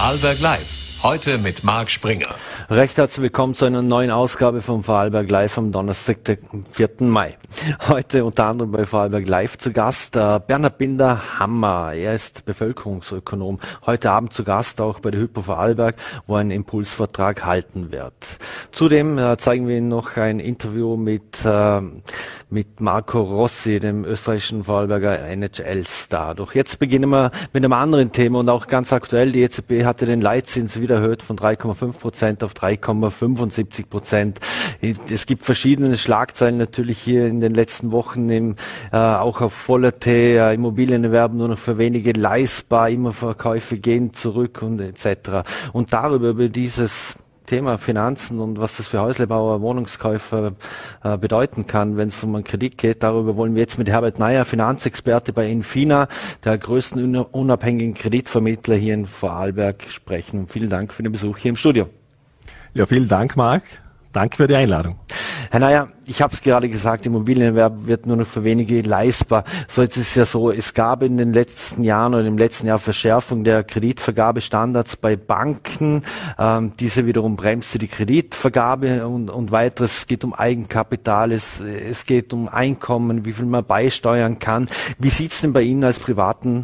Vorarlberg Live. Heute mit Marc Springer. Recht herzlich willkommen zu einer neuen Ausgabe von Vorarlberg Live am Donnerstag, den 4. Mai. Heute unter anderem bei Vorarlberg Live zu Gast Bernhard Binder-Hammer. Er ist Bevölkerungsökonom. Heute Abend zu Gast auch bei der Hypo Vorarlberg, wo ein Impulsvortrag halten wird. Zudem zeigen wir Ihnen noch ein Interview mit Marco Rossi, dem österreichischen Vorarlberger NHL-Star. Doch jetzt beginnen wir mit einem anderen Thema und auch ganz aktuell. Die EZB hatte den Leitzins wieder erhöht von 3,5% auf 3,75%. Es gibt verschiedene Schlagzeilen natürlich hier in den letzten Wochen, auch auf Voller.t, Immobilienerwerb nur noch für wenige leistbar, Immoverkäufe gehen zurück und etc. Und über dieses Thema Finanzen und was das für Häuslebauer, Wohnungskäufer bedeuten kann, wenn es um einen Kredit geht. Darüber wollen wir jetzt mit Herbert Neier, Finanzexperte bei Infina, der größten unabhängigen Kreditvermittler hier in Vorarlberg, sprechen. Vielen Dank für den Besuch hier im Studio. Ja, vielen Dank, Marc. Danke für die Einladung. Herr Neier, ich habe es gerade gesagt, Immobilienerwerb wird nur noch für wenige leistbar. So, jetzt ist es ja so, es gab in den letzten Jahren oder im letzten Jahr Verschärfung der Kreditvergabestandards bei Banken. Diese wiederum bremste die Kreditvergabe und weiteres. Es geht um Eigenkapital, es geht um Einkommen, wie viel man beisteuern kann. Wie sieht's denn bei Ihnen als privaten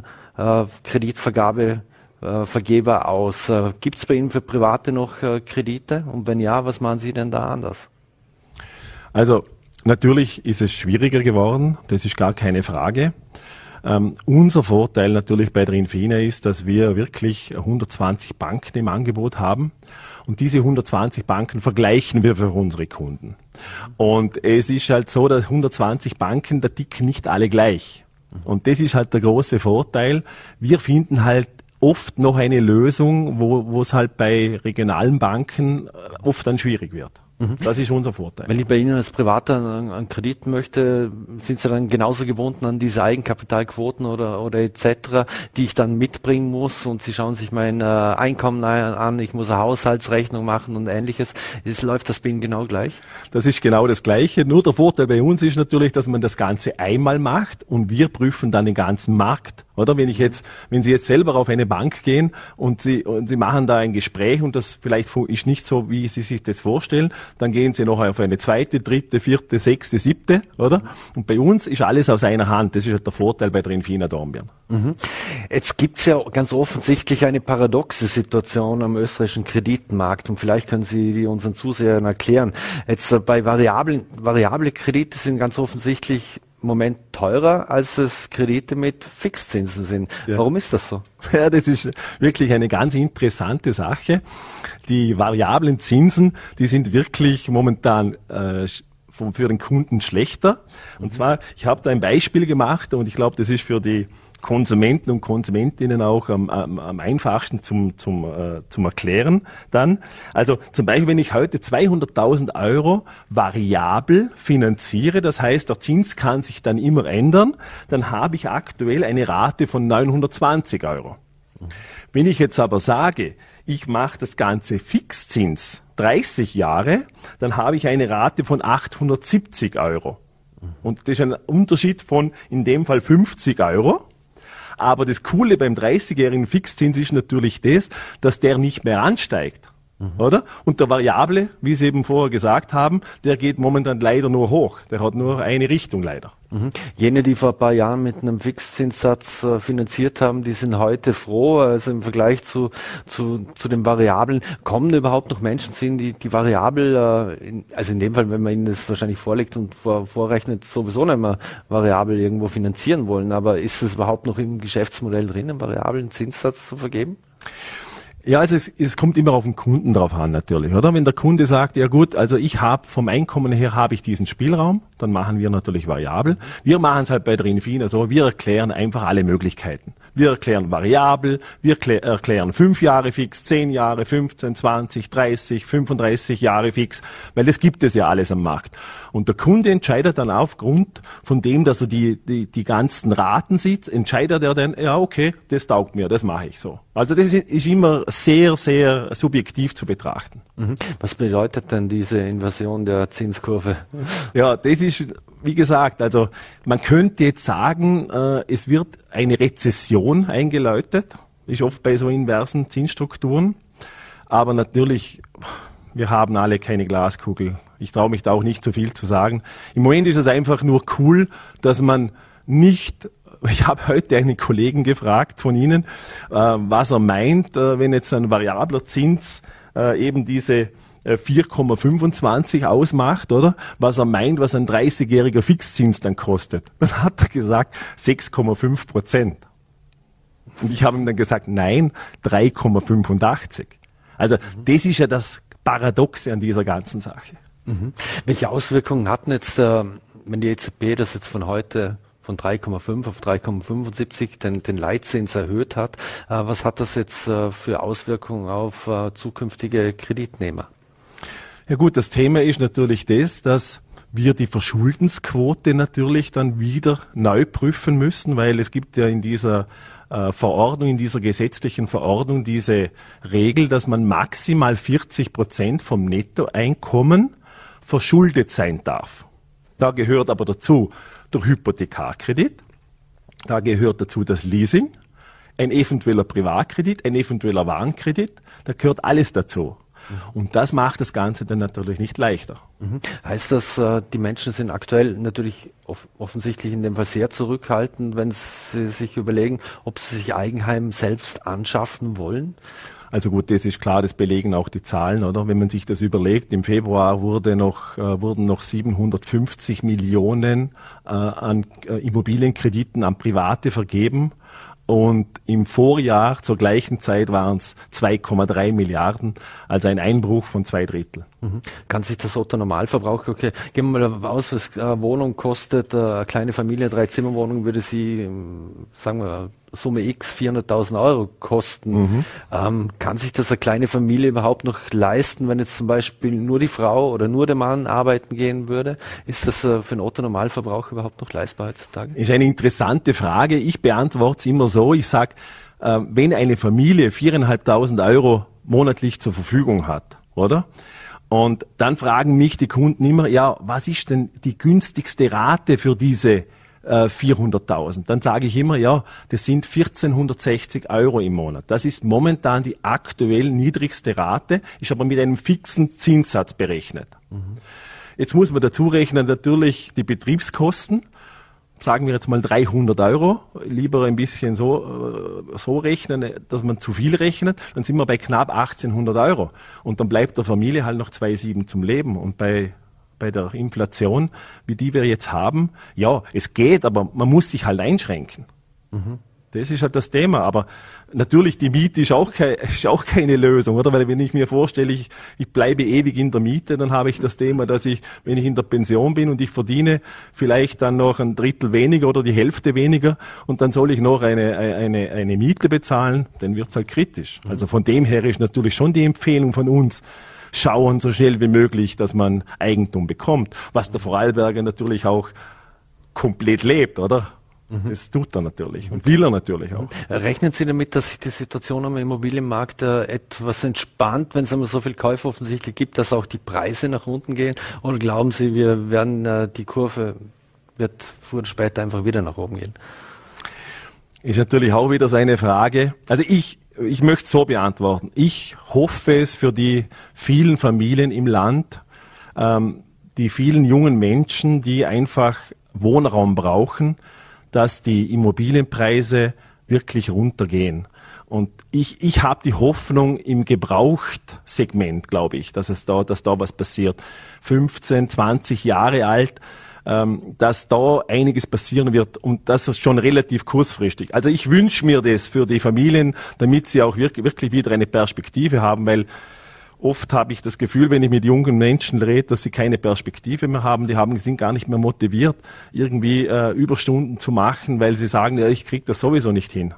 Kreditvergabevergeber aus? Gibt es bei Ihnen für Private noch Kredite? Und wenn ja, was machen Sie denn da anders? Also natürlich ist es schwieriger geworden, das ist gar keine Frage. Unser Vorteil natürlich bei der Infina ist, dass wir wirklich 120 Banken im Angebot haben und diese 120 Banken vergleichen wir für unsere Kunden. Und es ist halt so, dass 120 Banken, da ticken nicht alle gleich. Und das ist halt der große Vorteil. Wir finden halt oft noch eine Lösung, wo es halt bei regionalen Banken oft dann schwierig wird. Das ist unser Vorteil. Wenn ich bei Ihnen als Privater einen Kredit möchte, sind Sie dann genauso gebunden an diese Eigenkapitalquoten oder etc., die ich dann mitbringen muss und Sie schauen sich mein Einkommen an, ich muss eine Haushaltsrechnung machen und Ähnliches. Läuft das bei Ihnen genau gleich? Das ist genau das Gleiche. Nur der Vorteil bei uns ist natürlich, dass man das Ganze einmal macht und wir prüfen dann den ganzen Markt. Oder wenn Sie jetzt selber auf eine Bank gehen und Sie machen da ein Gespräch und das vielleicht ist nicht so, wie Sie sich das vorstellen, dann gehen Sie noch auf eine zweite, dritte, vierte, sechste, siebte, oder? Und bei uns ist alles aus einer Hand. Das ist halt der Vorteil bei der Infina Dornbirn. Jetzt gibt's ja ganz offensichtlich eine paradoxe Situation am österreichischen Kreditmarkt und vielleicht können Sie die unseren Zusehern erklären. Jetzt bei variable Kredite sind ganz offensichtlich im Moment teurer, als es Kredite mit Fixzinsen sind. Ja. Warum ist das so? Ja, das ist wirklich eine ganz interessante Sache. Die variablen Zinsen, die sind wirklich momentan für den Kunden schlechter. Und zwar, ich habe da ein Beispiel gemacht und ich glaube, das ist für die Konsumenten und Konsumentinnen auch am einfachsten zum Erklären dann. Also zum Beispiel, wenn ich heute 200.000 € variabel finanziere, das heißt, der Zins kann sich dann immer ändern, dann habe ich aktuell eine Rate von 920 €. Wenn ich jetzt aber sage, ich mache das Ganze Fixzins 30 Jahre, dann habe ich eine Rate von 870 €. Und das ist ein Unterschied von in dem Fall 50 €. Aber das Coole beim 30-jährigen Fixzins ist natürlich das, dass der nicht mehr ansteigt. Oder? Und der Variable, wie Sie eben vorher gesagt haben, der geht momentan leider nur hoch. Der hat nur eine Richtung leider. Jene, die vor ein paar Jahren mit einem Fixzinssatz finanziert haben, die sind heute froh, also im Vergleich zu den Variablen. Kommen überhaupt noch Menschen, die variabel, also in dem Fall, wenn man ihnen das wahrscheinlich vorlegt und vorrechnet, sowieso nicht mehr variabel irgendwo finanzieren wollen. Aber ist es überhaupt noch im Geschäftsmodell drin, einen variablen Zinssatz zu vergeben? Ja, also es kommt immer auf den Kunden drauf an natürlich, oder? Wenn der Kunde sagt, ja gut, also ich habe vom Einkommen her habe ich diesen Spielraum, dann machen wir natürlich variabel. Wir machen es halt bei der Infina so, wir erklären einfach alle Möglichkeiten. Wir erklären variabel, wir erklären 5 Jahre fix, 10 Jahre, 15, 20, 30, 35 Jahre fix, weil das gibt es ja alles am Markt. Und der Kunde entscheidet dann aufgrund von dem, dass er die ganzen Raten sieht, entscheidet er dann, ja okay, das taugt mir, das mache ich so. Also das ist immer sehr, sehr subjektiv zu betrachten. Was bedeutet denn diese Inversion der Zinskurve? Ja, das ist, wie gesagt, also man könnte jetzt sagen, es wird eine Rezession eingeläutet. ist oft bei so inversen Zinsstrukturen. Aber natürlich, wir haben alle keine Glaskugel. Ich traue mich da auch nicht so viel zu sagen. Im Moment ist es einfach nur cool, dass man nicht, ich habe heute einen Kollegen gefragt von Ihnen, was er meint, wenn jetzt ein variabler Zins eben diese 4,25 ausmacht, oder? Was er meint, was ein 30-jähriger Fixzins dann kostet. Dann hat er gesagt 6,5%. Und ich habe ihm dann gesagt, nein, 3,85. Also das ist ja das Paradoxe an dieser ganzen Sache. Mhm. Welche Auswirkungen hatten jetzt, wenn die EZB das jetzt von heute von 3,5 auf 3,75 den Leitzins erhöht hat, was hat das jetzt für Auswirkungen auf zukünftige Kreditnehmer? Ja gut, das Thema ist natürlich das, dass wir die Verschuldensquote natürlich dann wieder neu prüfen müssen, weil es gibt ja in dieser Verordnung, in dieser gesetzlichen Verordnung diese Regel, dass man maximal 40% vom Nettoeinkommen verschuldet sein darf. Da gehört aber dazu der Hypothekarkredit, da gehört dazu das Leasing, ein eventueller Privatkredit, ein eventueller Warenkredit, da gehört alles dazu. Und das macht das Ganze dann natürlich nicht leichter. Heißt das, die Menschen sind aktuell natürlich offensichtlich in dem Fall sehr zurückhaltend, wenn sie sich überlegen, ob sie sich Eigenheim selbst anschaffen wollen? Also gut, das ist klar, das belegen auch die Zahlen, oder? Wenn man sich das überlegt, im Februar wurden noch 750 Millionen an Immobilienkrediten an Private vergeben. Und im Vorjahr zur gleichen Zeit waren es 2,3 Milliarden, also ein Einbruch von 2/3. Kann sich das Otto-Normalverbraucher, okay, gehen wir mal aus, was eine Wohnung kostet, eine kleine Familie, 3-Zimmer-Wohnung würde sie, sagen wir, Summe X 400.000 Euro kosten. Kann sich das eine kleine Familie überhaupt noch leisten, wenn jetzt zum Beispiel nur die Frau oder nur der Mann arbeiten gehen würde? Ist das für einen Otto-Normalverbraucher überhaupt noch leistbar heutzutage? Ist eine interessante Frage. Ich beantworte es immer so. Ich sage, wenn eine Familie 4.500 Euro monatlich zur Verfügung hat, oder? Und dann fragen mich die Kunden immer, ja, was ist denn die günstigste Rate für diese 400.000. Dann sage ich immer, ja, das sind 1.460 Euro im Monat. Das ist momentan die aktuell niedrigste Rate, ist aber mit einem fixen Zinssatz berechnet. Jetzt muss man dazu rechnen natürlich die Betriebskosten. Sagen wir jetzt mal 300 Euro, lieber ein bisschen so rechnen, dass man zu viel rechnet, dann sind wir bei knapp 1.800 Euro. Und dann bleibt der Familie halt noch 2,7 zum Leben. Und bei der Inflation, wie die wir jetzt haben, ja, es geht, aber man muss sich halt einschränken. Das ist halt das Thema. Aber natürlich, die Miete ist auch keine Lösung, oder? Weil wenn ich mir vorstelle, ich bleibe ewig in der Miete, dann habe ich das Thema, dass ich, wenn ich in der Pension bin und ich verdiene vielleicht dann noch ein Drittel weniger oder die Hälfte weniger und dann soll ich noch eine Miete bezahlen, dann wird es halt kritisch. Also von dem her ist natürlich schon die Empfehlung von uns, schauen so schnell wie möglich, dass man Eigentum bekommt, was der Vorarlberger natürlich auch komplett lebt, oder? Das tut er natürlich und will er natürlich auch. Rechnen Sie damit, dass sich die Situation am Immobilienmarkt etwas entspannt, wenn es einmal so viel Käufe offensichtlich gibt, dass auch die Preise nach unten gehen? Oder glauben Sie, die Kurve wird früher oder später einfach wieder nach oben gehen? Ist natürlich auch wieder so eine Frage. Also ich möchte es so beantworten. Ich hoffe es für die vielen Familien im Land, die vielen jungen Menschen, die einfach Wohnraum brauchen, dass die Immobilienpreise wirklich runtergehen. Und ich habe die Hoffnung im Gebrauchtsegment, glaube ich, dass da was passiert. 15, 20 Jahre alt, dass da einiges passieren wird und das ist schon relativ kurzfristig. Also ich wünsche mir das für die Familien, damit sie auch wirklich wieder eine Perspektive haben, weil oft habe ich das Gefühl, wenn ich mit jungen Menschen rede, dass sie keine Perspektive mehr haben. Die sind gar nicht mehr motiviert, irgendwie Überstunden zu machen, weil sie sagen, ja, ich kriege das sowieso nicht hin.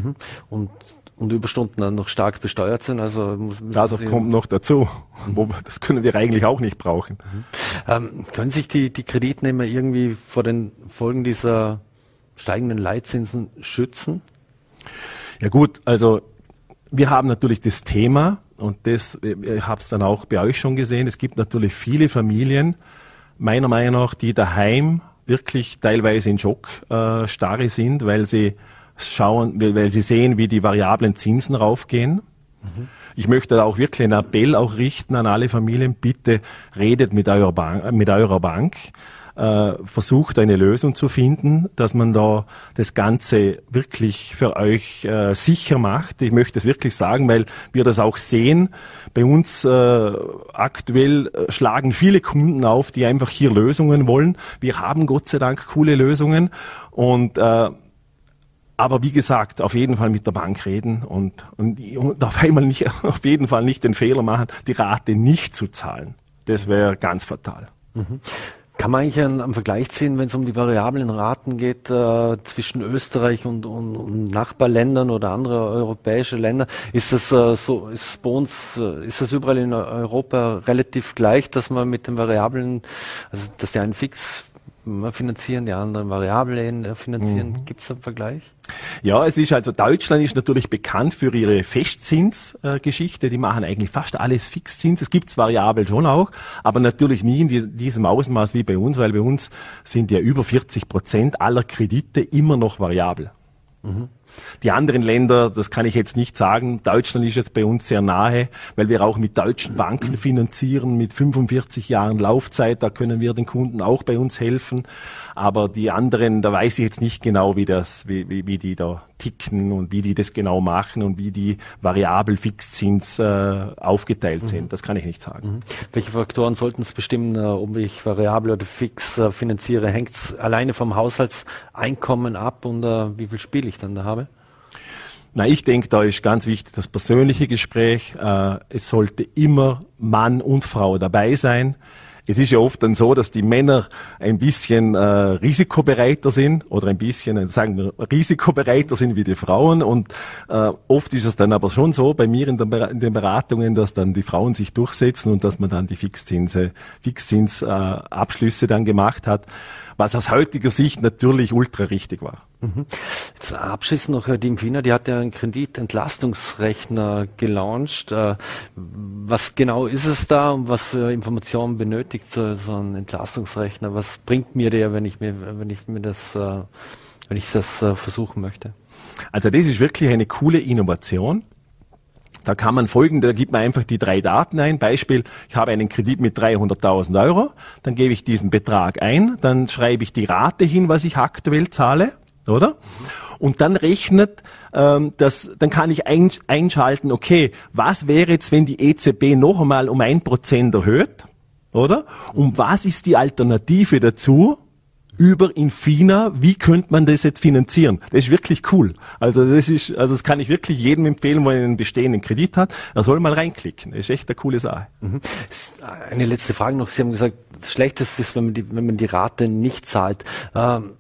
Und Überstunden dann noch stark besteuert sind. Also das kommt noch dazu. Das können wir eigentlich auch nicht brauchen. Können sich die Kreditnehmer irgendwie vor den Folgen dieser steigenden Leitzinsen schützen? Ja gut, also wir haben natürlich das Thema und das, ich habe es dann auch bei euch schon gesehen, es gibt natürlich viele Familien, meiner Meinung nach, die daheim wirklich teilweise in Schockstarre sind, weil sie schauen, weil sie sehen, wie die variablen Zinsen raufgehen. Ich möchte da auch wirklich einen Appell auch richten an alle Familien. Bitte redet mit eurer Bank. Versucht eine Lösung zu finden, dass man da das Ganze wirklich für euch sicher macht. Ich möchte es wirklich sagen, weil wir das auch sehen. Bei uns aktuell schlagen viele Kunden auf, die einfach hier Lösungen wollen. Wir haben Gott sei Dank coole Lösungen und aber wie gesagt, auf jeden Fall mit der Bank reden und auf jeden Fall nicht den Fehler machen, die Rate nicht zu zahlen. Das wäre ganz fatal. Mhm. Kann man eigentlich einen Vergleich ziehen, wenn es um die variablen Raten geht, zwischen Österreich und Nachbarländern oder andere europäische Länder? Ist das ist bei uns, ist das überall in Europa relativ gleich, dass man mit den Variablen, also dass die einen fix finanzieren, die anderen variabel finanzieren? Gibt es einen Vergleich? Ja, es ist also, Deutschland ist natürlich bekannt für ihre Festzinsgeschichte. Die machen eigentlich fast alles Fixzins. Es gibt variabel schon auch, aber natürlich nie in diesem Ausmaß wie bei uns, weil bei uns sind ja über 40% aller Kredite immer noch variabel. Mhm. Die anderen Länder, das kann ich jetzt nicht sagen. Deutschland ist jetzt bei uns sehr nahe, weil wir auch mit deutschen Banken finanzieren, mit 45 Jahren Laufzeit. Da können wir den Kunden auch bei uns helfen. Aber die anderen, da weiß ich jetzt nicht genau, wie die da ticken und wie die das genau machen und wie die Variabel-Fixzins aufgeteilt sind. Das kann ich nicht sagen. Welche Faktoren sollten es bestimmen, ob ich variabel oder fix finanziere? Hängt es alleine vom Haushaltseinkommen ab und wie viel Spiel ich dann da habe? Na, ich denke, da ist ganz wichtig das persönliche Gespräch. Es sollte immer Mann und Frau dabei sein. Es ist ja oft dann so, dass die Männer ein bisschen risikobereiter sind oder ein bisschen, sagen wir, risikobereiter sind wie die Frauen und oft ist es dann aber schon so bei mir in den Beratungen, dass dann die Frauen sich durchsetzen und dass man dann die Fixzinsabschlüsse dann gemacht hat, was aus heutiger Sicht natürlich ultra richtig war. Jetzt abschließend noch, die Infina, die hat ja einen Kreditentlastungsrechner gelauncht. Was genau ist es da und was für Informationen benötigt so ein Entlastungsrechner? Was bringt mir der, wenn ich das versuchen möchte? Also das ist wirklich eine coole Innovation. Da kann man da gibt man einfach die 3 Daten ein. Beispiel, ich habe einen Kredit mit 300.000 Euro, dann gebe ich diesen Betrag ein, dann schreibe ich die Rate hin, was ich aktuell zahle, oder? Und dann dann kann ich einschalten, okay, was wäre jetzt, wenn die EZB noch einmal um 1% erhöht, oder? Und was ist die Alternative dazu? Über Infina, wie könnte man das jetzt finanzieren? Das ist wirklich cool. Also das kann ich wirklich jedem empfehlen, der einen bestehenden Kredit hat. Er soll mal reinklicken. Das ist echt eine coole Sache. Eine letzte Frage noch. Sie haben gesagt, das Schlechteste ist, wenn man die Rate nicht zahlt. Haben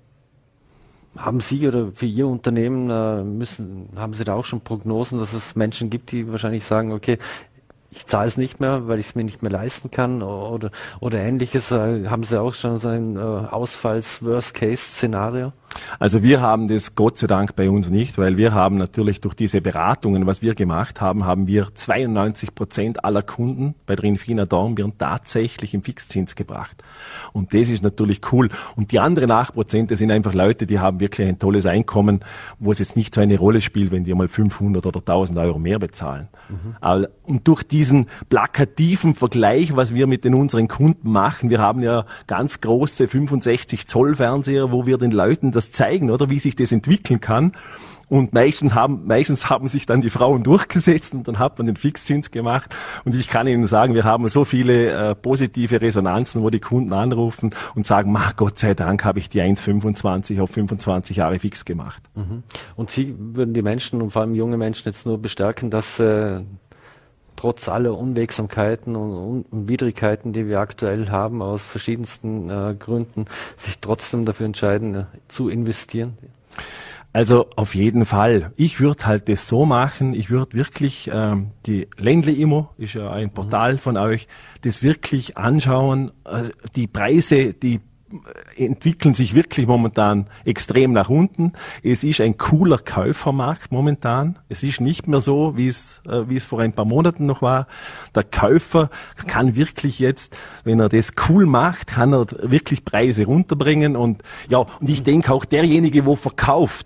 Sie oder für Ihr Unternehmen haben Sie da auch schon Prognosen, dass es Menschen gibt, die wahrscheinlich sagen, okay, ich zahle es nicht mehr, weil ich es mir nicht mehr leisten kann oder Ähnliches. Haben Sie auch schon so ein Ausfalls-Worst-Case-Szenario? Also wir haben das Gott sei Dank bei uns nicht, weil wir haben natürlich durch diese Beratungen, was wir gemacht haben, haben wir 92% aller Kunden bei der Infina Dornbirn tatsächlich im Fixzins gebracht. Und das ist natürlich cool. Und die anderen 8%, das sind einfach Leute, die haben wirklich ein tolles Einkommen, wo es jetzt nicht so eine Rolle spielt, wenn die mal 500 oder 1.000 Euro mehr bezahlen. Und durch diesen plakativen Vergleich, was wir mit unseren Kunden machen, wir haben ja ganz große 65 Zoll Fernseher, wo wir den Leuten das zeigen, oder wie sich das entwickeln kann. Und meistens haben sich dann die Frauen durchgesetzt und dann hat man den Fixzins gemacht. Und ich kann Ihnen sagen, wir haben so viele positive Resonanzen, wo die Kunden anrufen und sagen, Gott sei Dank habe ich die 1,25 auf 25 Jahre fix gemacht. Und Sie würden die Menschen und vor allem junge Menschen jetzt nur bestärken, dass trotz aller Unwegsamkeiten und Widrigkeiten, die wir aktuell haben, aus verschiedensten Gründen, sich trotzdem dafür entscheiden, zu investieren? Also auf jeden Fall. Ich würde halt das so machen, ich würde wirklich die Ländle Immo, ist ja ein Portal von euch, das wirklich anschauen. Die Preise, die entwickeln sich wirklich momentan extrem nach unten. Es ist ein cooler Käufermarkt momentan. Es ist nicht mehr so, wie es vor ein paar Monaten noch war. Der Käufer kann wirklich jetzt, wenn er das cool macht, kann er wirklich Preise runterbringen und ich denke auch derjenige, wo verkauft,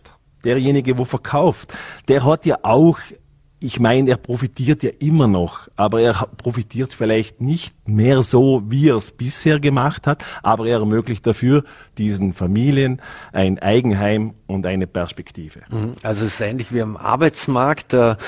derjenige, wo verkauft, der hat ja auch, ich meine, er profitiert ja immer noch, aber er profitiert vielleicht nicht mehr so, wie er es bisher gemacht hat, aber er ermöglicht dafür diesen Familien ein Eigenheim und eine Perspektive. Also es ist ähnlich wie am Arbeitsmarkt. Der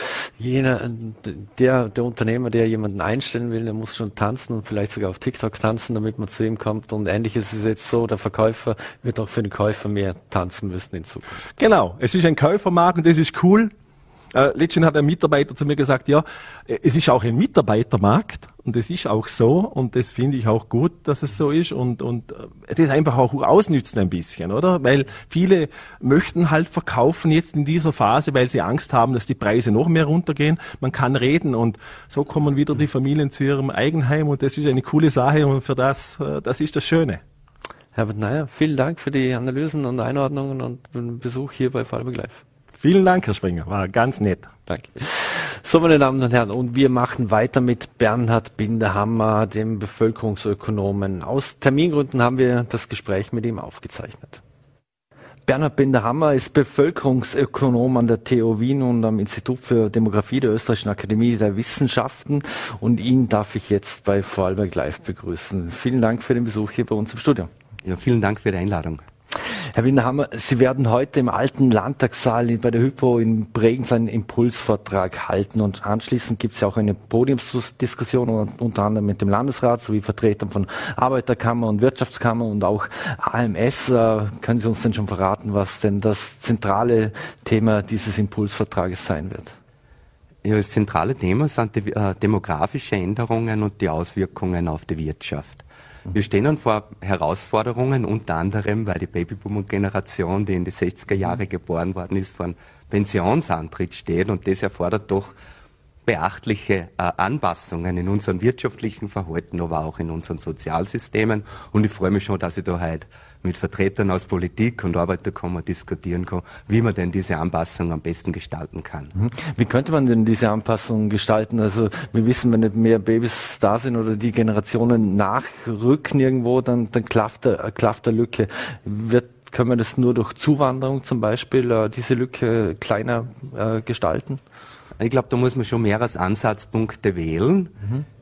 Unternehmer, der jemanden einstellen will, der muss schon tanzen und vielleicht sogar auf TikTok tanzen, damit man zu ihm kommt. Und ähnlich ist es jetzt so, der Verkäufer wird auch für den Käufer mehr tanzen müssen in Zukunft. Genau, es ist ein Käufermarkt und das ist cool. Letztens hat ein Mitarbeiter zu mir gesagt, ja, es ist auch ein Mitarbeitermarkt und das ist auch so und das finde ich auch gut, dass es so ist und das einfach auch ausnützen ein bisschen, oder? Weil viele möchten halt verkaufen jetzt in dieser Phase, weil sie Angst haben, dass die Preise noch mehr runtergehen. Man kann reden und so kommen wieder die Familien zu ihrem Eigenheim und das ist eine coole Sache und für das ist das Schöne. Herbert Neier, vielen Dank für die Analysen und Einordnungen und den Besuch hier bei Vorarlberg Live. Vielen Dank, Herr Springer, war ganz nett. Danke. So, meine Damen und Herren, und wir machen weiter mit Bernhard Binderhammer, dem Bevölkerungsökonomen. Aus Termingründen haben wir das Gespräch mit ihm aufgezeichnet. Bernhard Binderhammer ist Bevölkerungsökonom an der TU Wien und am Institut für Demografie der Österreichischen Akademie der Wissenschaften und ihn darf ich jetzt bei Vorarlberg Live begrüßen. Vielen Dank für den Besuch hier bei uns im Studio. Ja, vielen Dank für die Einladung. Herr Binderhammer, Sie werden heute im alten Landtagssaal bei der Hypo in Bregenz einen Impulsvortrag halten und anschließend gibt es ja auch eine Podiumsdiskussion unter anderem mit dem Landesrat sowie Vertretern von Arbeiterkammer und Wirtschaftskammer und auch AMS. Können Sie uns denn schon verraten, was denn das zentrale Thema dieses Impulsvortrages sein wird? Ja, das zentrale Thema sind die demografische Änderungen und die Auswirkungen auf die Wirtschaft. Wir stehen vor Herausforderungen, unter anderem, weil die Babyboomer-Generation, die in die 60er Jahre geboren worden ist, vor einem Pensionsantritt steht und das erfordert doch beachtliche Anpassungen in unserem wirtschaftlichen Verhalten, aber auch in unseren Sozialsystemen und ich freue mich schon, dass ich da heute mit Vertretern aus Politik und Arbeiterkammer diskutieren kann, wie man denn diese Anpassung am besten gestalten kann. Wie könnte man denn diese Anpassung gestalten? Also wir wissen, wenn nicht mehr Babys da sind oder die Generationen nachrücken irgendwo, dann klafft der Lücke. Können wir das nur durch Zuwanderung zum Beispiel, diese Lücke kleiner gestalten? Ich glaube, da muss man schon mehrere Ansatzpunkte wählen.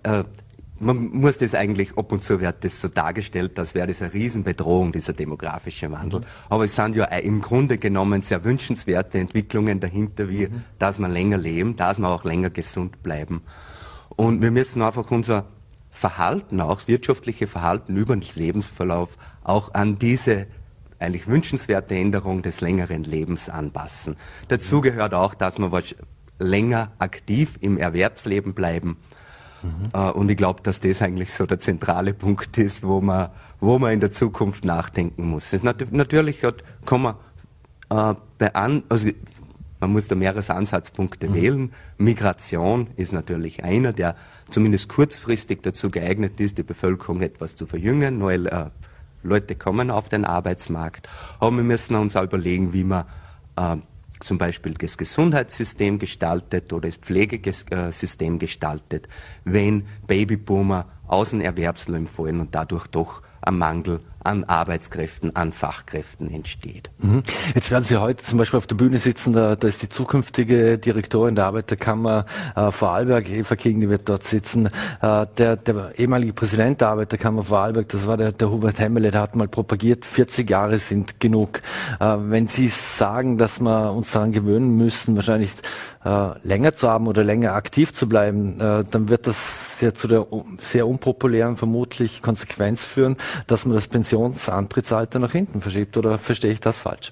Man muss das eigentlich, ab und zu wird das so dargestellt, als wäre das eine Riesenbedrohung, dieser demografische Wandel. Aber es sind ja im Grunde genommen sehr wünschenswerte Entwicklungen dahinter, wie dass wir länger leben, dass wir auch länger gesund bleiben. Und wir müssen einfach unser Verhalten, auch das wirtschaftliche Verhalten über den Lebensverlauf, auch an diese eigentlich wünschenswerte Änderung des längeren Lebens anpassen. Dazu gehört auch, dass wir länger aktiv im Erwerbsleben bleiben. Und ich glaube, dass das eigentlich so der zentrale Punkt ist, wo man in der Zukunft nachdenken muss. Natürlich kann man man muss da mehrere Ansatzpunkte wählen. Migration ist natürlich einer, der zumindest kurzfristig dazu geeignet ist, die Bevölkerung etwas zu verjüngen. Neue Leute kommen auf den Arbeitsmarkt. Aber wir müssen uns auch überlegen, wie man zum Beispiel das Gesundheitssystem gestaltet oder das Pflegesystem gestaltet, wenn Babyboomer aus dem Erwerbsleben fallen und dadurch doch ein Mangel an Arbeitskräften, an Fachkräften entsteht. Jetzt werden Sie heute zum Beispiel auf der Bühne sitzen, da ist die zukünftige Direktorin der Arbeiterkammer Vorarlberg, Eva King, die wird dort sitzen. Der ehemalige Präsident der Arbeiterkammer Vorarlberg, das war der Hubert Hemmele, der hat mal propagiert, 40 Jahre sind genug. Wenn Sie sagen, dass wir uns daran gewöhnen müssen, wahrscheinlich länger zu haben oder länger aktiv zu bleiben, dann wird das ja zu der sehr unpopulären vermutlich Konsequenz führen, dass man das Pensionsantrittsalter nach hinten verschiebt, oder verstehe ich das falsch?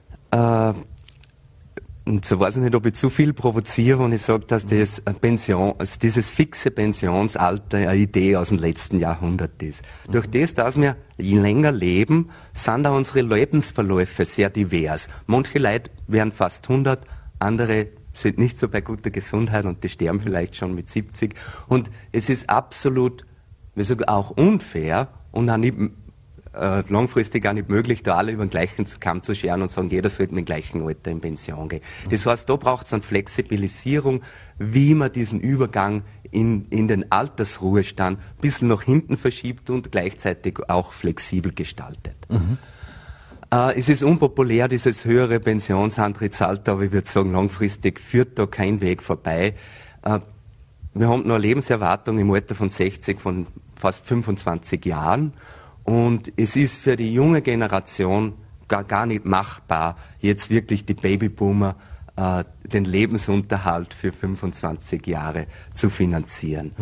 Und so weiß ich nicht, ob ich zu viel provoziere und ich sage, dass dieses fixe Pensionsalter eine Idee aus dem letzten Jahrhundert ist. Durch das, dass wir länger leben, sind auch unsere Lebensverläufe sehr divers. Manche Leute werden fast 100, andere sind nicht so bei guter Gesundheit und die sterben vielleicht schon mit 70. Und es ist absolut, wir sagen, auch unfair und auch nicht, langfristig auch nicht möglich, da alle über den gleichen Kamm zu scheren und sagen, jeder sollte mit dem gleichen Alter in Pension gehen. Das heißt, da braucht es eine Flexibilisierung, wie man diesen Übergang in den Altersruhestand ein bisschen nach hinten verschiebt und gleichzeitig auch flexibel gestaltet. Es ist unpopulär, dieses höhere Pensionsantrittsalter, aber ich würde sagen, langfristig führt da kein Weg vorbei. Wir haben noch eine Lebenserwartung im Alter von 60 von fast 25 Jahren und es ist für die junge Generation gar nicht machbar, jetzt wirklich die Babyboomer den Lebensunterhalt für 25 Jahre zu finanzieren.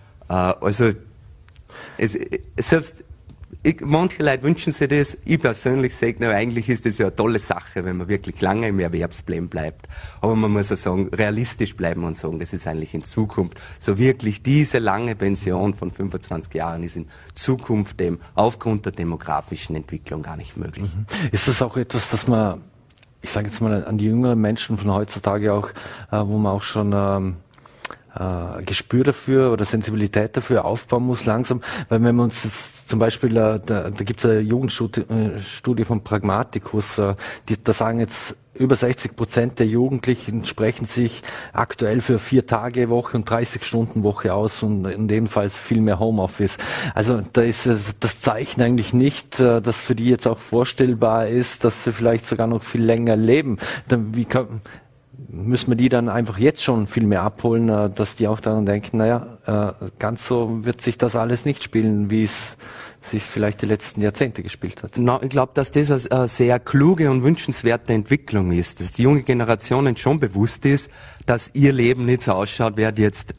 Manche Leute wünschen sich das, ich persönlich sage, na, eigentlich ist das ja eine tolle Sache, wenn man wirklich lange im Erwerbsleben bleibt. Aber man muss ja sagen, realistisch bleiben und sagen, das ist eigentlich in Zukunft so wirklich diese lange Pension von 25 Jahren ist in Zukunft dem aufgrund der demografischen Entwicklung gar nicht möglich. Ist das auch etwas, das man, ich sage jetzt mal an die jüngeren Menschen von heutzutage auch, wo man auch schon Gespür dafür oder Sensibilität dafür aufbauen muss langsam, weil wenn wir uns jetzt zum Beispiel, da gibt es eine Jugendstudie von Pragmaticus, da sagen jetzt über 60% der Jugendlichen sprechen sich aktuell für 4-Tage-Woche und 30-Stunden-Woche aus und ebenfalls viel mehr Homeoffice. Also da ist das Zeichen eigentlich nicht, dass für die jetzt auch vorstellbar ist, dass sie vielleicht sogar noch viel länger leben. Müssen wir die dann einfach jetzt schon viel mehr abholen, dass die auch daran denken, naja, ganz so wird sich das alles nicht spielen, wie es sich vielleicht die letzten Jahrzehnte gespielt hat. Ich glaube, dass das eine sehr kluge und wünschenswerte Entwicklung ist, dass die junge Generation schon bewusst ist, dass ihr Leben nicht so ausschaut, wer jetzt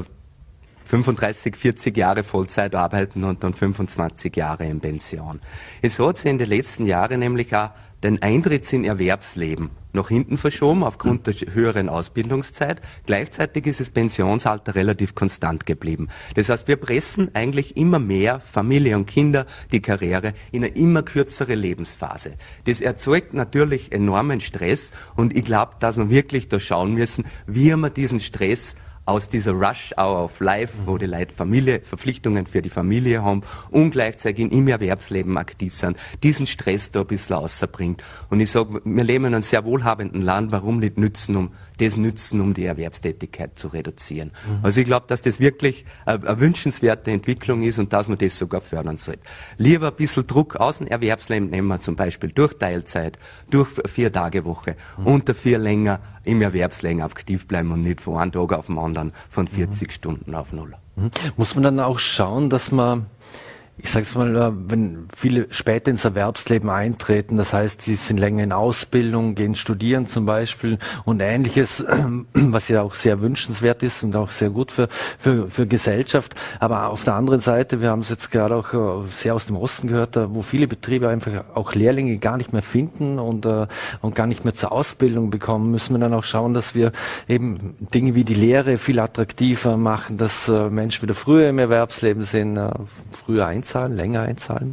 35, 40 Jahre Vollzeit arbeiten und dann 25 Jahre in Pension. Es hat sich in den letzten Jahren nämlich auch den Eintritt in Erwerbsleben nach hinten verschoben aufgrund der höheren Ausbildungszeit. Gleichzeitig ist das Pensionsalter relativ konstant geblieben. Das heißt, wir pressen eigentlich immer mehr Familie und Kinder die Karriere in eine immer kürzere Lebensphase. Das erzeugt natürlich enormen Stress und ich glaube, dass wir wirklich da schauen müssen, wie wir diesen Stress aus dieser Rush Hour of Life, wo die Leute Verpflichtungen für die Familie haben und gleichzeitig im Erwerbsleben aktiv sind, diesen Stress da ein bisschen rausbringt. Und ich sage, wir leben in einem sehr wohlhabenden Land, warum nicht nützen, um die Erwerbstätigkeit zu reduzieren. Also ich glaube, dass das wirklich eine wünschenswerte Entwicklung ist und dass man das sogar fördern sollte. Lieber ein bisschen Druck aus dem Erwerbsleben nehmen wir zum Beispiel durch Teilzeit, durch 4-Tage-Woche und dafür länger im Erwerbsleben aktiv bleiben und nicht von einem Tag auf den anderen von 40 Stunden auf 0. Muss man dann auch schauen, dass man, ich sage es mal, wenn viele später ins Erwerbsleben eintreten, das heißt, sie sind länger in Ausbildung, gehen studieren zum Beispiel und Ähnliches, was ja auch sehr wünschenswert ist und auch sehr gut für Gesellschaft. Aber auf der anderen Seite, wir haben es jetzt gerade auch sehr aus dem Osten gehört, wo viele Betriebe einfach auch Lehrlinge gar nicht mehr finden und gar nicht mehr zur Ausbildung bekommen, müssen wir dann auch schauen, dass wir eben Dinge wie die Lehre viel attraktiver machen, dass Menschen wieder früher im Erwerbsleben sind, früher länger einzahlen?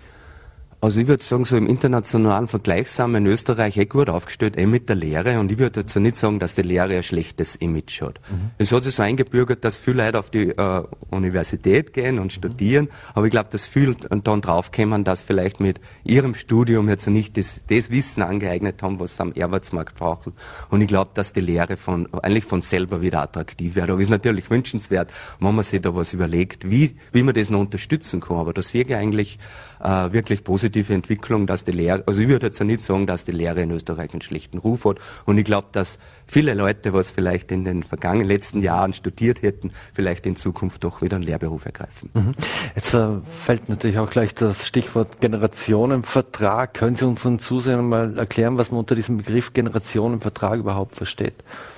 Also ich würde sagen, so im internationalen Vergleich sind wir in Österreich gut aufgestellt, mit der Lehre. Und ich würde jetzt nicht sagen, dass die Lehre ein schlechtes Image hat. Es hat sich so eingebürgert, dass viele Leute auf die Universität gehen und studieren. Aber ich glaube, dass viele dann draufkommen, dass vielleicht mit ihrem Studium jetzt nicht das Wissen angeeignet haben, was sie am Arbeitsmarkt brauchen. Und ich glaube, dass die Lehre eigentlich von selber wieder attraktiv wird. Aber es ist natürlich wünschenswert, wenn man sich da was überlegt, wie man das noch unterstützen kann. Aber das sehe ich eigentlich wirklich positive Entwicklung, dass die Lehre, also ich würde jetzt nicht sagen, dass die Lehre in Österreich einen schlechten Ruf hat und ich glaube, dass viele Leute, was vielleicht in den vergangenen letzten Jahren studiert hätten, vielleicht in Zukunft doch wieder einen Lehrberuf ergreifen. Jetzt fällt natürlich auch gleich das Stichwort Generationenvertrag. Können Sie unseren Zusehern mal erklären, was man unter diesem Begriff Generationenvertrag überhaupt versteht?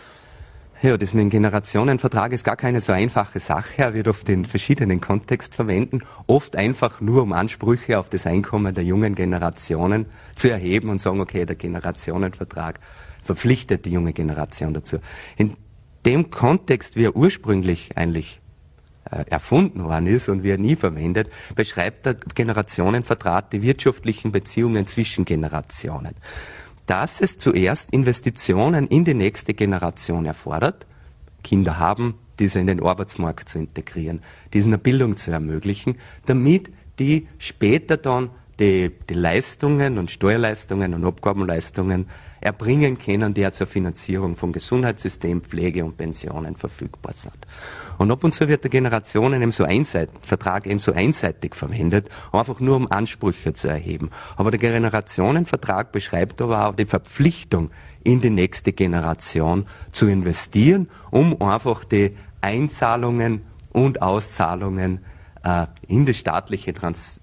Ja, das mit dem Generationenvertrag ist gar keine so einfache Sache. Er wird oft in verschiedenen Kontexten verwenden. Oft einfach nur, um Ansprüche auf das Einkommen der jungen Generationen zu erheben und sagen, okay, der Generationenvertrag verpflichtet die junge Generation dazu. In dem Kontext, wie er ursprünglich eigentlich erfunden worden ist und wie er nie verwendet, beschreibt der Generationenvertrag die wirtschaftlichen Beziehungen zwischen Generationen. Dass es zuerst Investitionen in die nächste Generation erfordert, Kinder haben, diese in den Arbeitsmarkt zu integrieren, diesen eine Bildung zu ermöglichen, damit die später dann die Leistungen und Steuerleistungen und Abgabenleistungen erbringen können, die ja zur Finanzierung von Gesundheitssystem, Pflege und Pensionen verfügbar sind. Und ab und zu wird der Vertrag eben so einseitig verwendet, einfach nur um Ansprüche zu erheben. Aber der Generationenvertrag beschreibt aber auch die Verpflichtung, in die nächste Generation zu investieren, um einfach die Einzahlungen und Auszahlungen in das staatliche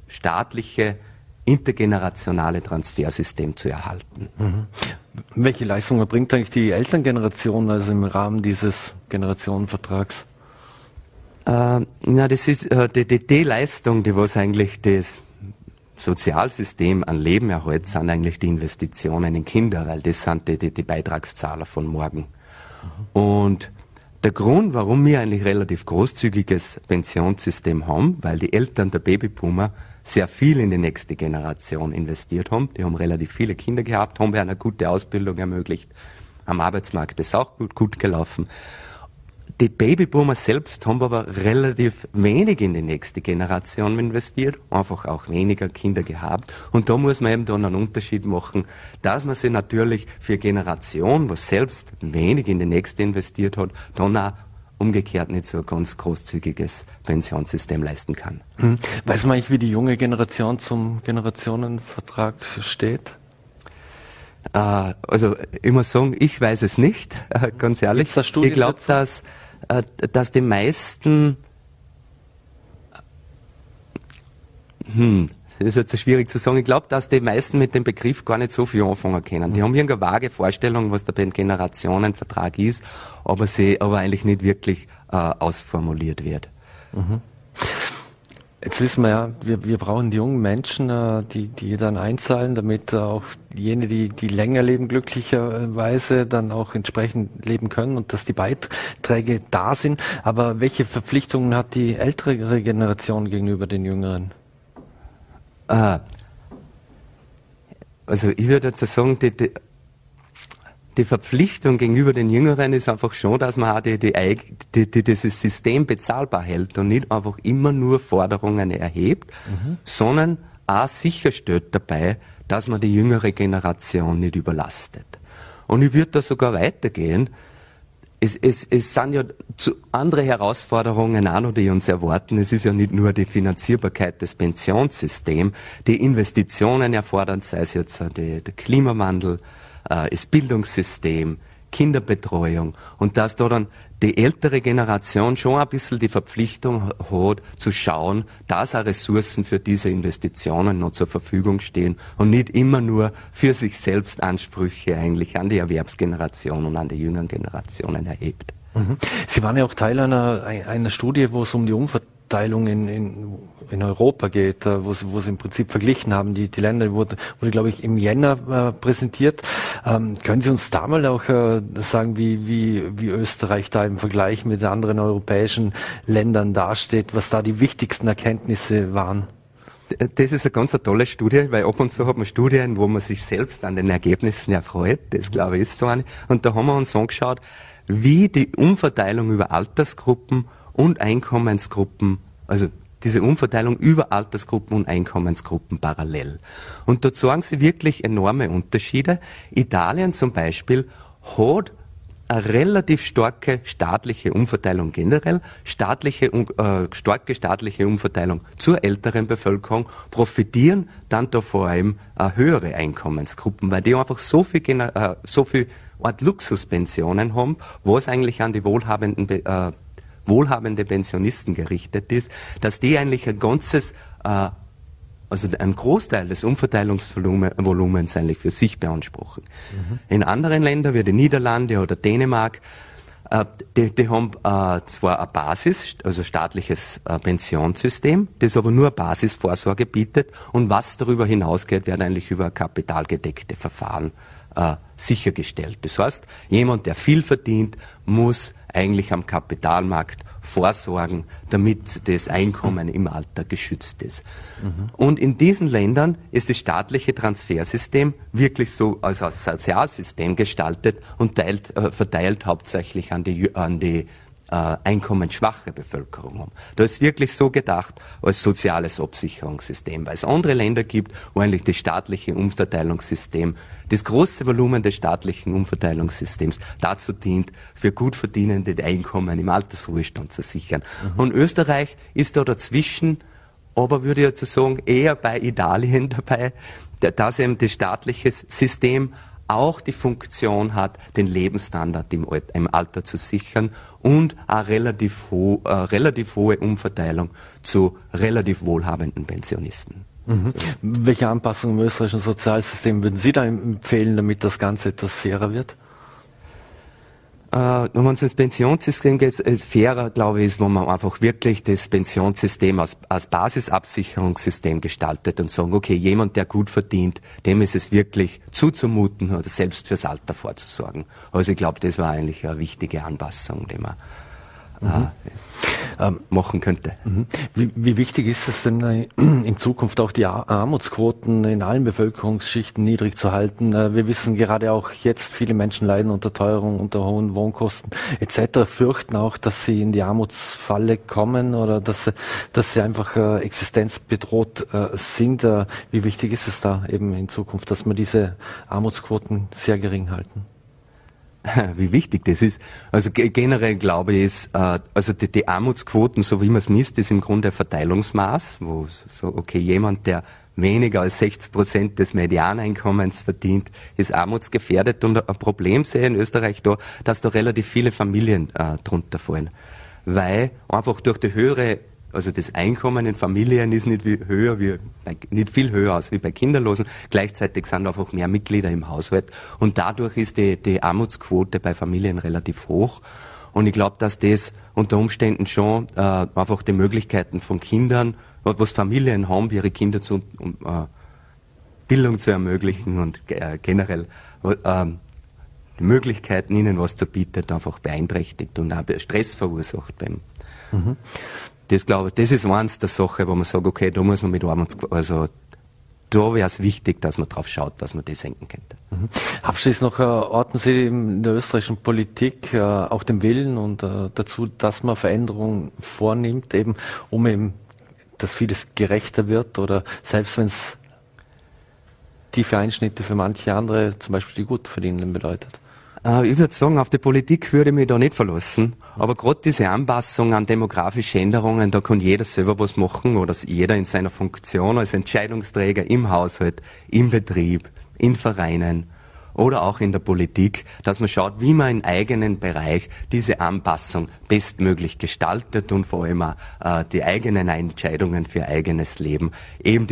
intergenerationale Transfersystem zu erhalten. Mhm. Welche Leistungen erbringt eigentlich die Elterngeneration also im Rahmen dieses Generationenvertrags? Das ist die Leistung, die was eigentlich das Sozialsystem an Leben erhält, sind eigentlich die Investitionen in Kinder, weil das sind die Beitragszahler von morgen. Mhm. Und der Grund, warum wir eigentlich relativ großzügiges Pensionssystem haben, weil die Eltern der Babyboomer sehr viel in die nächste Generation investiert haben. Die haben relativ viele Kinder gehabt, haben eine gute Ausbildung ermöglicht. Am Arbeitsmarkt ist auch gut gelaufen. Die Babyboomer selbst haben aber relativ wenig in die nächste Generation investiert, einfach auch weniger Kinder gehabt. Und da muss man eben dann einen Unterschied machen, dass man sich natürlich für eine Generation, was selbst wenig in die nächste investiert hat, dann auch umgekehrt nicht so ein ganz großzügiges Pensionssystem leisten kann. Weiß man eigentlich, wie die junge Generation zum Generationenvertrag steht? Also ich muss sagen, ich weiß es nicht, ganz ehrlich. Ich glaube, dass die meisten, das ist jetzt schwierig zu sagen, ich glaube, dass die meisten mit dem Begriff gar nicht so viel anfangen können. Die haben irgendeine vage Vorstellung, was der Generationenvertrag ist, aber eigentlich nicht wirklich ausformuliert wird. Mhm. Jetzt wissen wir ja, wir brauchen die jungen Menschen, die dann einzahlen, damit auch jene, die länger leben, glücklicherweise dann auch entsprechend leben können und dass die Beiträge da sind. Aber welche Verpflichtungen hat die ältere Generation gegenüber den Jüngeren? Also ich würde jetzt sagen, die Verpflichtung gegenüber den Jüngeren ist einfach schon, dass man auch dieses System bezahlbar hält und nicht einfach immer nur Forderungen erhebt, sondern auch sicherstellt dabei, dass man die jüngere Generation nicht überlastet. Und ich würde da sogar weitergehen. Es sind ja andere Herausforderungen auch noch, die uns erwarten. Es ist ja nicht nur die Finanzierbarkeit des Pensionssystems, die Investitionen erfordern, sei es jetzt der Klimawandel, das Bildungssystem, Kinderbetreuung und dass da dann die ältere Generation schon ein bisschen die Verpflichtung hat, zu schauen, dass auch Ressourcen für diese Investitionen noch zur Verfügung stehen und nicht immer nur für sich selbst Ansprüche eigentlich an die Erwerbsgeneration und an die jüngeren Generationen erhebt. Mhm. Sie waren ja auch Teil einer Studie, wo es um die Umverteilung in Europa geht, wo sie im Prinzip verglichen haben. Die Länder wurde glaube ich, im Jänner präsentiert. Können Sie uns da mal auch sagen, wie Österreich da im Vergleich mit anderen europäischen Ländern dasteht, was da die wichtigsten Erkenntnisse waren? Das ist eine ganz tolle Studie, weil ab und zu hat man Studien, wo man sich selbst an den Ergebnissen erfreut. Das, glaube ich, ist so eine. Und da haben wir uns angeschaut, wie die Umverteilung über Altersgruppen und Einkommensgruppen, also diese Umverteilung über Altersgruppen und Einkommensgruppen parallel. Und da zeigen sie wirklich enorme Unterschiede. Italien zum Beispiel hat eine relativ starke staatliche Umverteilung generell, starke staatliche Umverteilung zur älteren Bevölkerung, profitieren dann da vor allem höhere Einkommensgruppen, weil die einfach so viel Art Luxuspensionen haben, was eigentlich an die wohlhabende Pensionisten gerichtet ist, dass die eigentlich also ein Großteil des Umverteilungsvolumens eigentlich für sich beanspruchen. In anderen Ländern wie die Niederlande oder Dänemark, die haben zwar ein also staatliches Pensionssystem, das aber nur Basisvorsorge bietet und was darüber hinausgeht, wird eigentlich über kapitalgedeckte Verfahren sichergestellt. Das heißt, jemand, der viel verdient, muss eigentlich am Kapitalmarkt vorsorgen, damit das Einkommen im Alter geschützt ist. Und in diesen Ländern ist das staatliche Transfersystem wirklich so als ein Sozialsystem gestaltet und verteilt hauptsächlich an die einkommensschwache Bevölkerung haben. Da ist wirklich so gedacht als soziales Absicherungssystem, weil es andere Länder gibt, wo eigentlich das staatliche Umverteilungssystem, das große Volumen des staatlichen Umverteilungssystems dazu dient, für gut verdienende Einkommen im Altersruhestand zu sichern. Und Österreich ist da dazwischen, aber würde ich jetzt sagen, eher bei Italien dabei, dass eben das staatliche System auch die Funktion hat, den Lebensstandard im Alter zu sichern und eine relativ hohe Umverteilung zu relativ wohlhabenden Pensionisten. Welche Anpassungen im österreichischen Sozialsystem würden Sie da empfehlen, damit das Ganze etwas fairer wird? Wenn man ins Pensionssystem geht, ist fairer, glaube ich, ist, wo man einfach wirklich das Pensionssystem als Basisabsicherungssystem gestaltet und sagen, okay, jemand, der gut verdient, dem ist es wirklich zuzumuten, oder selbst fürs Alter vorzusorgen. Also ich glaube, das war eigentlich eine wichtige Anpassung, die man machen könnte. Wie wichtig ist es denn in Zukunft auch die Armutsquoten in allen Bevölkerungsschichten niedrig zu halten? Wir wissen gerade auch jetzt, viele Menschen leiden unter Teuerung, unter hohen Wohnkosten etc., fürchten auch, dass sie in die Armutsfalle kommen oder dass sie einfach existenzbedroht sind. Wie wichtig ist es da eben in Zukunft, dass wir diese Armutsquoten sehr gering halten? Wie wichtig das ist. Also generell glaube ich, ist, also die Armutsquoten, so wie man es misst, ist im Grunde ein Verteilungsmaß, wo so, okay, jemand, der weniger als 60% des Medianeinkommens verdient, ist armutsgefährdet. Und ein Problem sehe ich in Österreich da, dass da relativ viele Familien drunter fallen. Weil einfach durch die höhere, also das Einkommen in Familien ist nicht viel höher als wie bei Kinderlosen. Gleichzeitig sind einfach mehr Mitglieder im Haushalt und dadurch ist die Armutsquote bei Familien relativ hoch. Und ich glaube, dass das unter Umständen schon einfach die Möglichkeiten von Kindern, was Familien haben, ihre Kinder zu Bildung zu ermöglichen und generell die Möglichkeiten, ihnen was zu bieten, einfach beeinträchtigt und auch Stress verursacht beim. Das glaube ich, das ist eins der Sachen, wo man sagt, okay, da muss man mit also da wäre es wichtig, dass man drauf schaut, dass man das senken könnte. Abschließend noch, orten Sie in der österreichischen Politik auch den Willen und dazu, dass man Veränderungen vornimmt, eben um eben, dass vieles gerechter wird oder selbst wenn es tiefe Einschnitte für manche andere, zum Beispiel die Gutverdienenden bedeutet? Ich würde sagen, auf die Politik würde ich mich da nicht verlassen. Aber gerade diese Anpassung an demografische Änderungen, da kann jeder selber was machen oder jeder in seiner Funktion als Entscheidungsträger im Haushalt, im Betrieb, in Vereinen oder auch in der Politik, dass man schaut, wie man im eigenen Bereich diese Anpassung bestmöglich gestaltet und vor allem auch die eigenen Entscheidungen für eigenes Leben, eben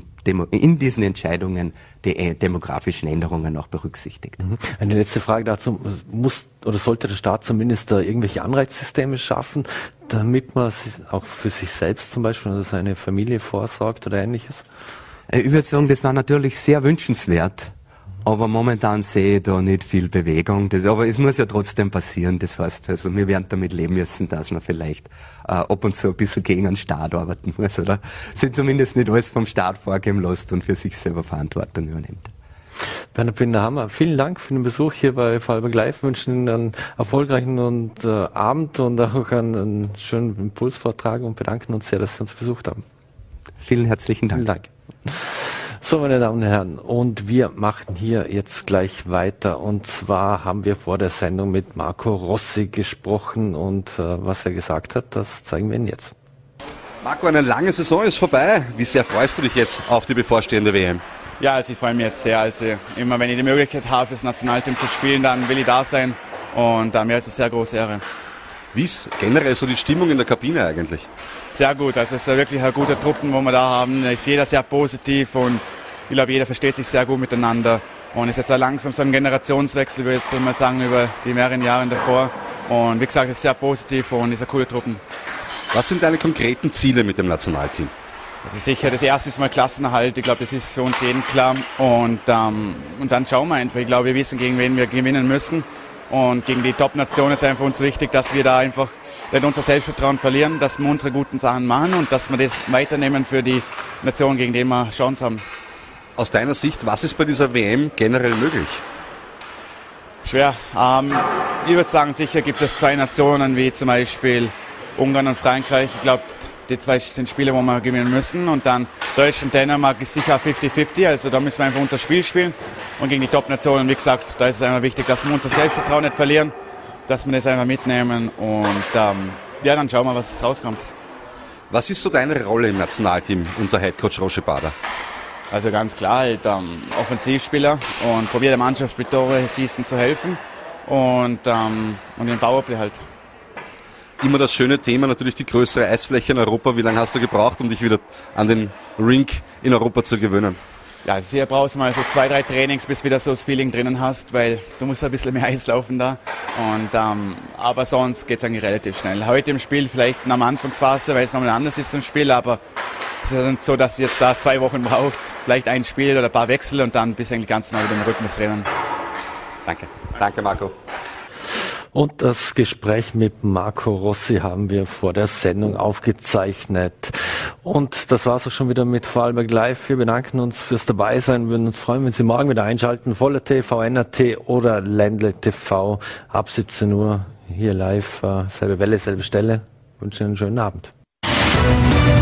in diesen Entscheidungen die demografischen Änderungen auch berücksichtigt. Eine letzte Frage dazu. Muss oder sollte der Staat zumindest da irgendwelche Anreizsysteme schaffen, damit man auch für sich selbst zum Beispiel oder seine Familie vorsorgt oder Ähnliches? Ich würde sagen, das war natürlich sehr wünschenswert. Aber momentan sehe ich da nicht viel Bewegung. Aber es muss ja trotzdem passieren. Das heißt, also wir werden damit leben müssen, dass man vielleicht ab und zu ein bisschen gegen den Staat arbeiten muss, oder? Sich zumindest nicht alles vom Staat vorgeben lässt und für sich selber Verantwortung übernimmt. Bernhard Binder-Hammer, vielen Dank für den Besuch hier bei Vorarlberg Live. Wir wünschen Ihnen einen erfolgreichen Abend und auch einen schönen Impulsvortrag und bedanken uns sehr, dass Sie uns besucht haben. Vielen herzlichen Dank. Vielen Dank. So, meine Damen und Herren, und wir machen hier jetzt gleich weiter. Und zwar haben wir vor der Sendung mit Marco Rossi gesprochen und was er gesagt hat, das zeigen wir Ihnen jetzt. Marco, eine lange Saison ist vorbei. Wie sehr freust du dich jetzt auf die bevorstehende WM? Ja, also ich freue mich jetzt sehr. Also immer wenn ich die Möglichkeit habe, fürs Nationalteam zu spielen, dann will ich da sein. Und mir ist es eine sehr große Ehre. Wie ist generell so die Stimmung in der Kabine eigentlich? Sehr gut, also es ist wirklich eine gute Truppen, wo wir da haben. Es ist jeder sehr positiv und ich glaube, jeder versteht sich sehr gut miteinander. Und es ist jetzt auch langsam so ein Generationswechsel, würde ich jetzt mal sagen, über die mehreren Jahre davor. Und wie gesagt, es ist sehr positiv und es ist eine coole Truppen. Was sind deine konkreten Ziele mit dem Nationalteam? Also sicher, das erste ist mal Klassenerhalt. Ich glaube, das ist für uns jeden klar. Und dann schauen wir einfach. Ich glaube, wir wissen, gegen wen wir gewinnen müssen. Und gegen die Top-Nation ist einfach uns wichtig, dass wir da einfach nicht unser Selbstvertrauen verlieren, dass wir unsere guten Sachen machen und dass wir das weiternehmen für die Nation, gegen die wir Chance haben. Aus deiner Sicht, was ist bei dieser WM generell möglich? Schwer. Ich würde sagen, sicher gibt es 2 Nationen, wie zum Beispiel Ungarn und Frankreich. Ich glaube, die 2 sind Spiele, wo wir gewinnen müssen. Und dann Deutschland und Dänemark ist sicher 50-50. Also da müssen wir einfach unser Spiel spielen. Und gegen die Top-Nationen, wie gesagt, da ist es einfach wichtig, dass wir unser Selbstvertrauen nicht verlieren, dass wir das einfach mitnehmen. Und ja, dann schauen wir, was rauskommt. Was ist so deine Rolle im Nationalteam unter Headcoach Roger Bader? Also ganz klar, halt Offensivspieler und probiere der Mannschaft mit Tore schießen zu helfen und den Powerplay halt. Immer das schöne Thema, natürlich die größere Eisfläche in Europa. Wie lange hast du gebraucht, um dich wieder an den Rink in Europa zu gewöhnen? Ja, also hier brauchst du mal so 2, 3 Trainings, bis du wieder so das Feeling drinnen hast, weil du musst ein bisschen mehr Eis laufen da. Und, aber sonst geht's eigentlich relativ schnell. Heute im Spiel vielleicht am Anfangsphase, weil es nochmal anders ist im Spiel, aber es ist dann so, dass es jetzt da 2 Wochen braucht, vielleicht ein Spiel oder ein paar Wechsel und dann bist du eigentlich ganz normal wieder im Rhythmus drinnen. Danke. Danke, Marco. Und das Gespräch mit Marco Rossi haben wir vor der Sendung aufgezeichnet. Und das war's auch schon wieder mit Vorarlberg Live. Wir bedanken uns fürs Dabeisein. Wir würden uns freuen, wenn Sie morgen wieder einschalten. Voller TV, NRT oder Ländle TV ab 17 Uhr hier live. Selbe Welle, selbe Stelle. Ich wünsche Ihnen einen schönen Abend.